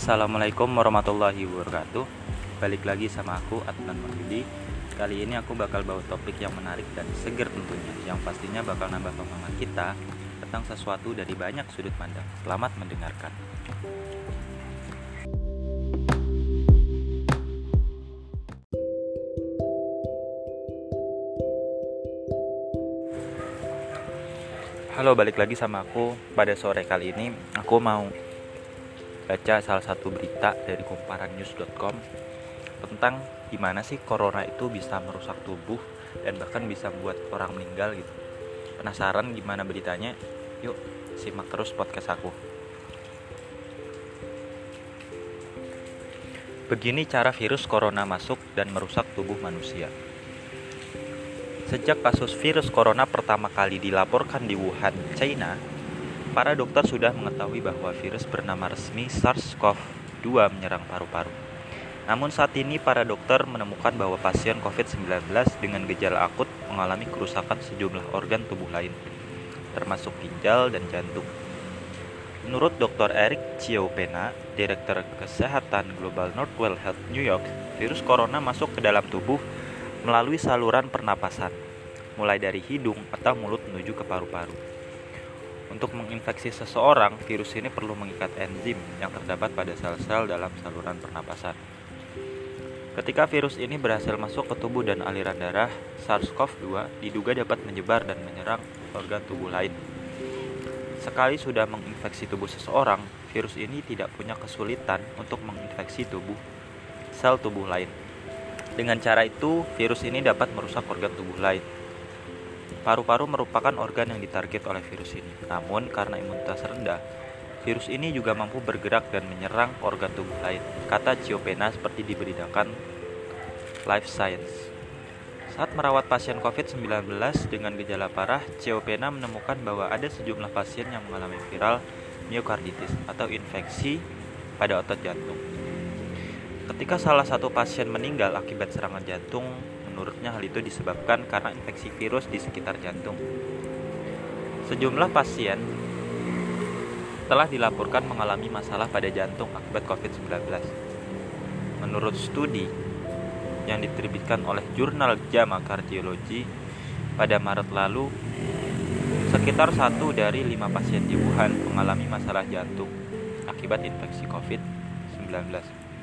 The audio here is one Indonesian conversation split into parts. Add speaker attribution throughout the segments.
Speaker 1: Assalamualaikum warahmatullahi wabarakatuh. Balik lagi sama aku, Adnan Mahyudi. Kali ini aku bakal bawa topik yang menarik dan seger tentunya, yang pastinya bakal nambah pemahaman kita tentang sesuatu dari banyak sudut pandang. Selamat mendengarkan. Halo, balik lagi sama aku. Pada sore kali ini aku mau baca salah satu berita dari kumparannews.com tentang gimana sih corona itu bisa merusak tubuh dan bahkan bisa membuat orang meninggal gitu. Penasaran gimana beritanya? Yuk simak terus podcast aku. Begini cara virus corona masuk dan merusak tubuh manusia. Sejak kasus virus corona pertama kali dilaporkan di Wuhan, China, para dokter sudah mengetahui bahwa virus bernama resmi SARS-CoV-2 menyerang paru-paru. Namun saat ini para dokter menemukan bahwa pasien COVID-19 dengan gejala akut mengalami kerusakan sejumlah organ tubuh lain, termasuk ginjal dan jantung. Menurut Dr. Eric Ciopena, Direktur Kesehatan Global Northwell Health New York, virus corona masuk ke dalam tubuh melalui saluran pernapasan, mulai dari hidung atau mulut menuju ke paru-paru. Untuk menginfeksi seseorang, virus ini perlu mengikat enzim yang terdapat pada sel-sel dalam saluran pernapasan. Ketika virus ini berhasil masuk ke tubuh dan aliran darah, SARS-CoV-2 diduga dapat menyebar dan menyerang organ tubuh lain. Sekali sudah menginfeksi tubuh seseorang, virus ini tidak punya kesulitan untuk menginfeksi sel tubuh lain. Dengan cara itu, virus ini dapat merusak organ tubuh lain. Paru-paru merupakan organ yang ditarget oleh virus ini. Namun, karena imunitas rendah, virus ini juga mampu bergerak dan menyerang organ tubuh lain, kata Ciopena seperti diberitakan Life Science. Saat merawat pasien COVID-19 dengan gejala parah, Ciopena menemukan bahwa ada sejumlah pasien yang mengalami viral myokarditis atau infeksi pada otot jantung. Ketika salah satu pasien meninggal akibat serangan jantung, menurutnya hal itu disebabkan karena infeksi virus di sekitar jantung. Sejumlah pasien telah dilaporkan mengalami masalah pada jantung akibat COVID-19. Menurut studi yang diterbitkan oleh jurnal JAMA Cardiology pada Maret lalu, sekitar 1 dari 5 pasien di Wuhan mengalami masalah jantung akibat infeksi COVID-19.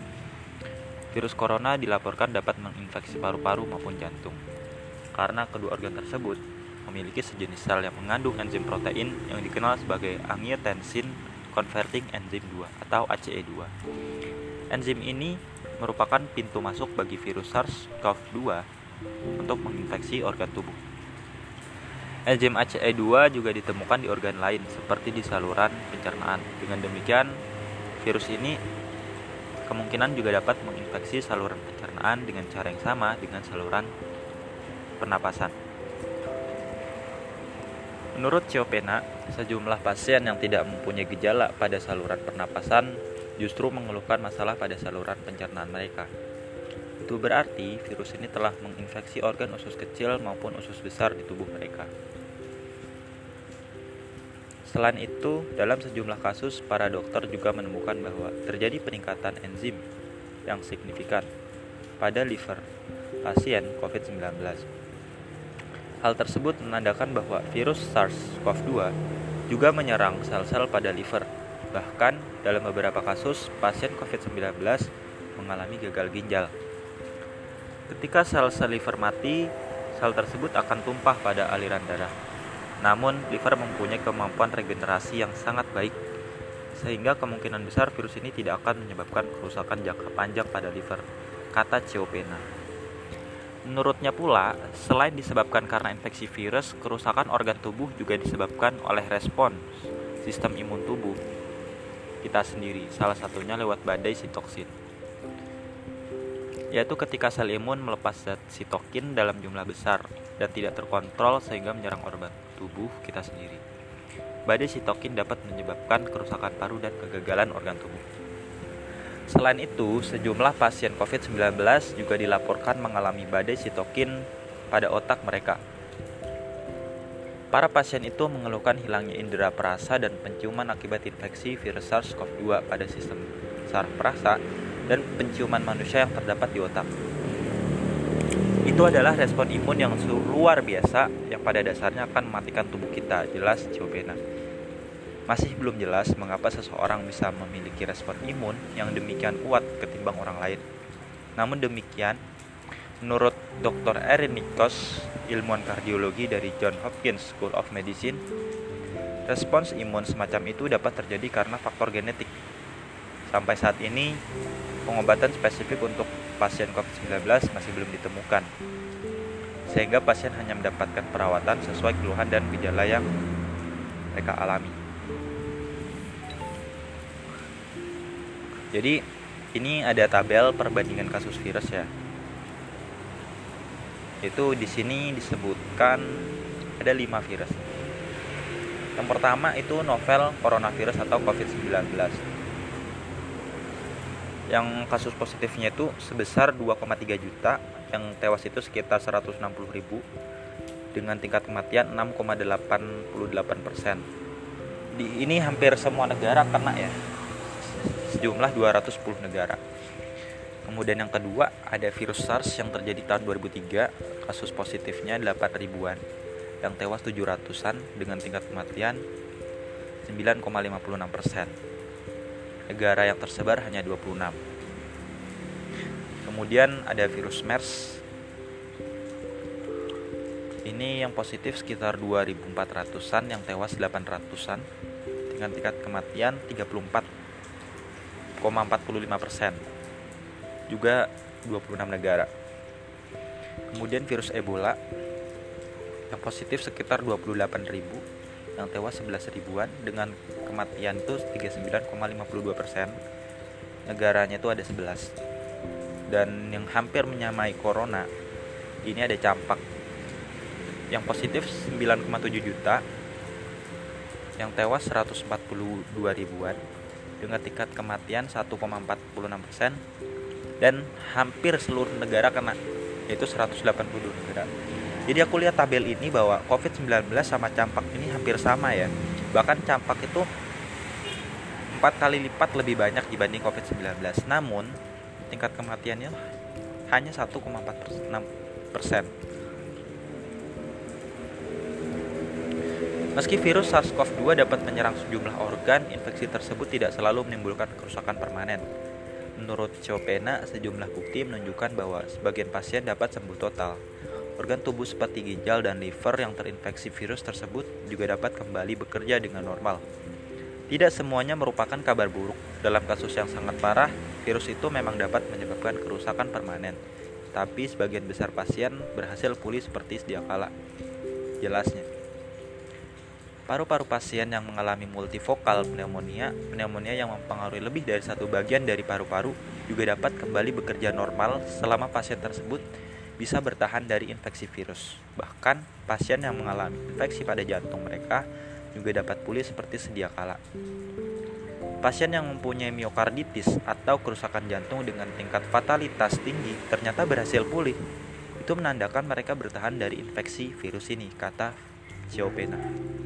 Speaker 1: Virus corona dilaporkan dapat menginfeksi paru-paru maupun jantung, karena kedua organ tersebut memiliki sejenis sel yang mengandung enzim protein yang dikenal sebagai angiotensin converting enzyme 2 atau ACE2. Enzim ini merupakan pintu masuk bagi virus SARS-CoV-2 untuk menginfeksi organ tubuh. Enzim ACE2 juga ditemukan di organ lain seperti di saluran pencernaan. Dengan demikian, virus ini kemungkinan juga dapat menginfeksi saluran pencernaan dengan cara yang sama dengan saluran pernapasan. Menurut Ciopena, sejumlah pasien yang tidak mempunyai gejala pada saluran pernapasan justru mengeluhkan masalah pada saluran pencernaan mereka. Itu berarti virus ini telah menginfeksi organ usus kecil maupun usus besar di tubuh mereka. Selain itu, dalam sejumlah kasus, para dokter juga menemukan bahwa terjadi peningkatan enzim yang signifikan pada liver pasien COVID-19. Hal tersebut menandakan bahwa virus SARS-CoV-2 juga menyerang sel-sel pada liver. Bahkan, dalam beberapa kasus, pasien COVID-19 mengalami gagal ginjal. Ketika sel-sel liver mati, sel tersebut akan tumpah pada aliran darah. Namun, liver mempunyai kemampuan regenerasi yang sangat baik, sehingga kemungkinan besar virus ini tidak akan menyebabkan kerusakan jangka panjang pada liver, kata Ciopena. Menurutnya pula, selain disebabkan karena infeksi virus, kerusakan organ tubuh juga disebabkan oleh respons sistem imun tubuh kita sendiri, salah satunya lewat badai sitoksin, yaitu ketika sel imun melepas zat sitokin dalam jumlah besar dan tidak terkontrol sehingga menyerang organ tubuh kita sendiri. Badai sitokin dapat menyebabkan kerusakan paru dan kegagalan organ tubuh. Selain itu, sejumlah pasien COVID-19 juga dilaporkan mengalami badai sitokin pada otak mereka. Para pasien itu mengeluhkan hilangnya indera perasa dan penciuman akibat infeksi virus SARS-CoV-2 pada sistem saraf perasa, dan penciuman manusia yang terdapat di otak. Itu adalah respon imun yang luar biasa yang pada dasarnya akan mematikan tubuh kita, jelas Ciopena. Masih belum jelas mengapa seseorang bisa memiliki respon imun yang demikian kuat ketimbang orang lain. Namun demikian, menurut Dr. Erin Nichols, ilmuwan kardiologi dari Johns Hopkins School of Medicine, respons imun semacam itu dapat terjadi karena faktor genetik. Sampai saat ini, pengobatan spesifik untuk pasien COVID-19 masih belum ditemukan, sehingga pasien hanya mendapatkan perawatan sesuai keluhan dan gejala yang mereka alami. Jadi, ini ada tabel perbandingan kasus virus ya. Itu di sini disebutkan ada 5 virus. Yang pertama itu novel coronavirus atau COVID-19. Yang kasus positifnya itu sebesar 2,3 juta, yang tewas itu sekitar 160.000 dengan tingkat kematian 6,88%. Ini hampir semua negara kena ya. Sejumlah 210 negara. Kemudian yang kedua ada virus SARS yang terjadi tahun 2003, kasus positifnya 8 ribuan, yang tewas 700-an dengan tingkat kematian 9,56%. Negara yang tersebar hanya 26. Kemudian ada virus MERS. Ini yang positif sekitar 2.400-an, yang tewas 800-an dengan tingkat kematian 34,45%. Juga 26 negara. Kemudian virus Ebola yang positif sekitar 28.000, yang tewas 11 ribuan dengan kematian itu 39,52%. Negaranya itu ada 11. Dan yang hampir menyamai corona, ini ada campak yang positif 9,7 juta, yang tewas 142 ribuan dengan tingkat kematian 1,46%, dan hampir seluruh negara kena, yaitu 182 negara. Jadi aku lihat tabel ini bahwa COVID-19 sama campak ini hampir sama ya. Bahkan campak itu 4 kali lipat lebih banyak dibanding COVID-19. Namun tingkat kematiannya hanya 1,46%. Meski virus SARS-CoV-2 dapat menyerang sejumlah organ, infeksi tersebut tidak selalu menimbulkan kerusakan permanen. Menurut Ciopena, sejumlah bukti menunjukkan bahwa sebagian pasien dapat sembuh total. Organ tubuh seperti ginjal dan liver yang terinfeksi virus tersebut juga dapat kembali bekerja dengan normal. Tidak semuanya merupakan kabar buruk. Dalam kasus yang sangat parah, virus itu memang dapat menyebabkan kerusakan permanen. Tapi sebagian besar pasien berhasil pulih seperti sedia kala. Jelasnya, paru-paru pasien yang mengalami multifokal pneumonia yang mempengaruhi lebih dari satu bagian dari paru-paru juga dapat kembali bekerja normal selama pasien tersebut bisa bertahan dari infeksi virus. Bahkan, pasien yang mengalami infeksi pada jantung mereka juga dapat pulih seperti sedia kala. Pasien yang mempunyai miokarditis atau kerusakan jantung dengan tingkat fatalitas tinggi ternyata berhasil pulih. Itu menandakan mereka bertahan dari infeksi virus ini, kata Ciopena.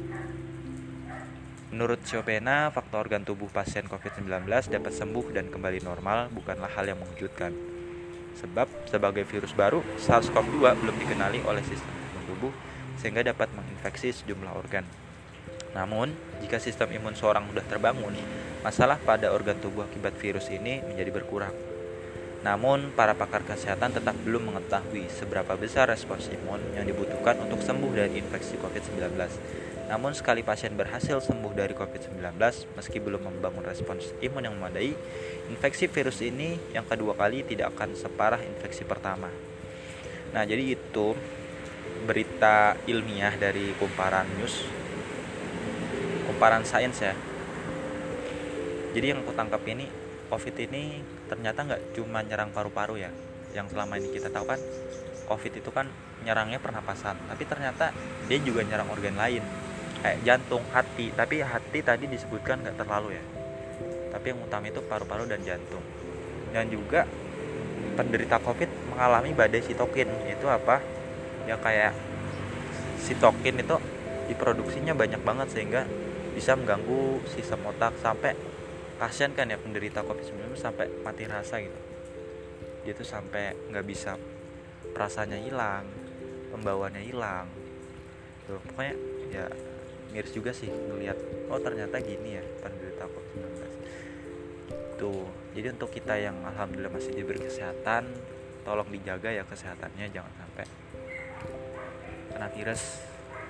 Speaker 1: Menurut Ciopena, faktor organ tubuh pasien COVID-19 dapat sembuh dan kembali normal bukanlah hal yang mengejutkan. Sebab sebagai virus baru, SARS-CoV-2 belum dikenali oleh sistem imun tubuh sehingga dapat menginfeksi sejumlah organ. Namun, jika sistem imun seorang sudah terbangun, masalah pada organ tubuh akibat virus ini menjadi berkurang. Namun, para pakar kesehatan tetap belum mengetahui seberapa besar respons imun yang dibutuhkan untuk sembuh dari infeksi COVID-19. Namun, sekali pasien berhasil sembuh dari COVID-19, meski belum membangun respons imun yang memadai, infeksi virus ini yang kedua kali tidak akan separah infeksi pertama. Nah, jadi itu berita ilmiah dari Kumparan News, Kumparan Sains ya. Jadi yang aku tangkap ini, COVID ini ternyata nggak cuma nyerang paru-paru ya. Yang selama ini kita tahu kan, COVID itu kan nyerangnya pernapasan, tapi ternyata dia juga nyerang organ lain, kayak jantung, hati. Tapi hati tadi disebutkan nggak terlalu ya. Tapi yang utama itu paru-paru dan jantung. Dan juga penderita COVID mengalami badai sitokin. Itu apa? Ya kayak sitokin itu diproduksinya banyak banget sehingga bisa mengganggu sistem otak sampai Kasian kan ya penderita COVID-19 sampai mati rasa gitu. Dia tuh sampai nggak bisa, perasaannya hilang, pembawaannya hilang tuh. Pokoknya ya miris juga sih ngelihat, oh ternyata gini ya penderita COVID-19 tuh. Jadi untuk kita yang alhamdulillah masih diberi kesehatan, tolong dijaga ya kesehatannya, jangan sampai kena virus.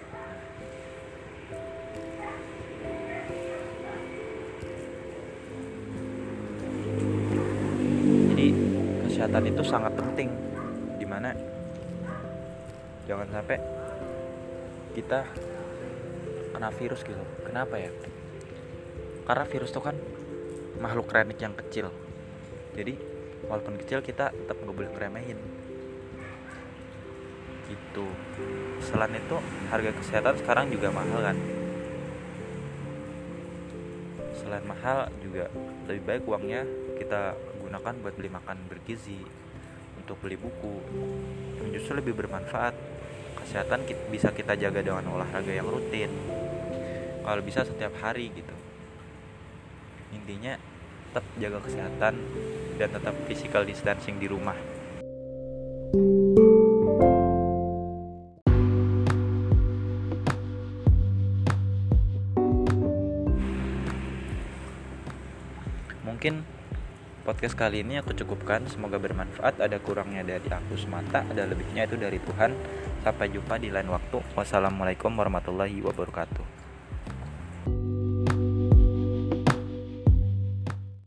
Speaker 1: Jadi kesehatan itu sangat penting, dimana jangan sampai kita kena virus gitu. Kenapa ya? Karena virus itu kan makhluk renik yang kecil. Jadi walaupun kecil kita tetap nggak boleh ngeremehin gitu. Selain itu harga kesehatan sekarang juga mahal kan. Selain mahal juga lebih baik uangnya kita gunakan buat beli makan bergizi, untuk beli buku yang justru lebih bermanfaat. Kesehatan bisa kita jaga dengan olahraga yang rutin, kalau bisa setiap hari gitu. Intinya tetap jaga kesehatan dan tetap physical distancing di rumah. Mungkin podcast kali ini aku cukupkan, semoga bermanfaat. Ada kurangnya dari aku semata, ada lebihnya itu dari Tuhan. Sampai jumpa di lain waktu. Wassalamualaikum warahmatullahi wabarakatuh.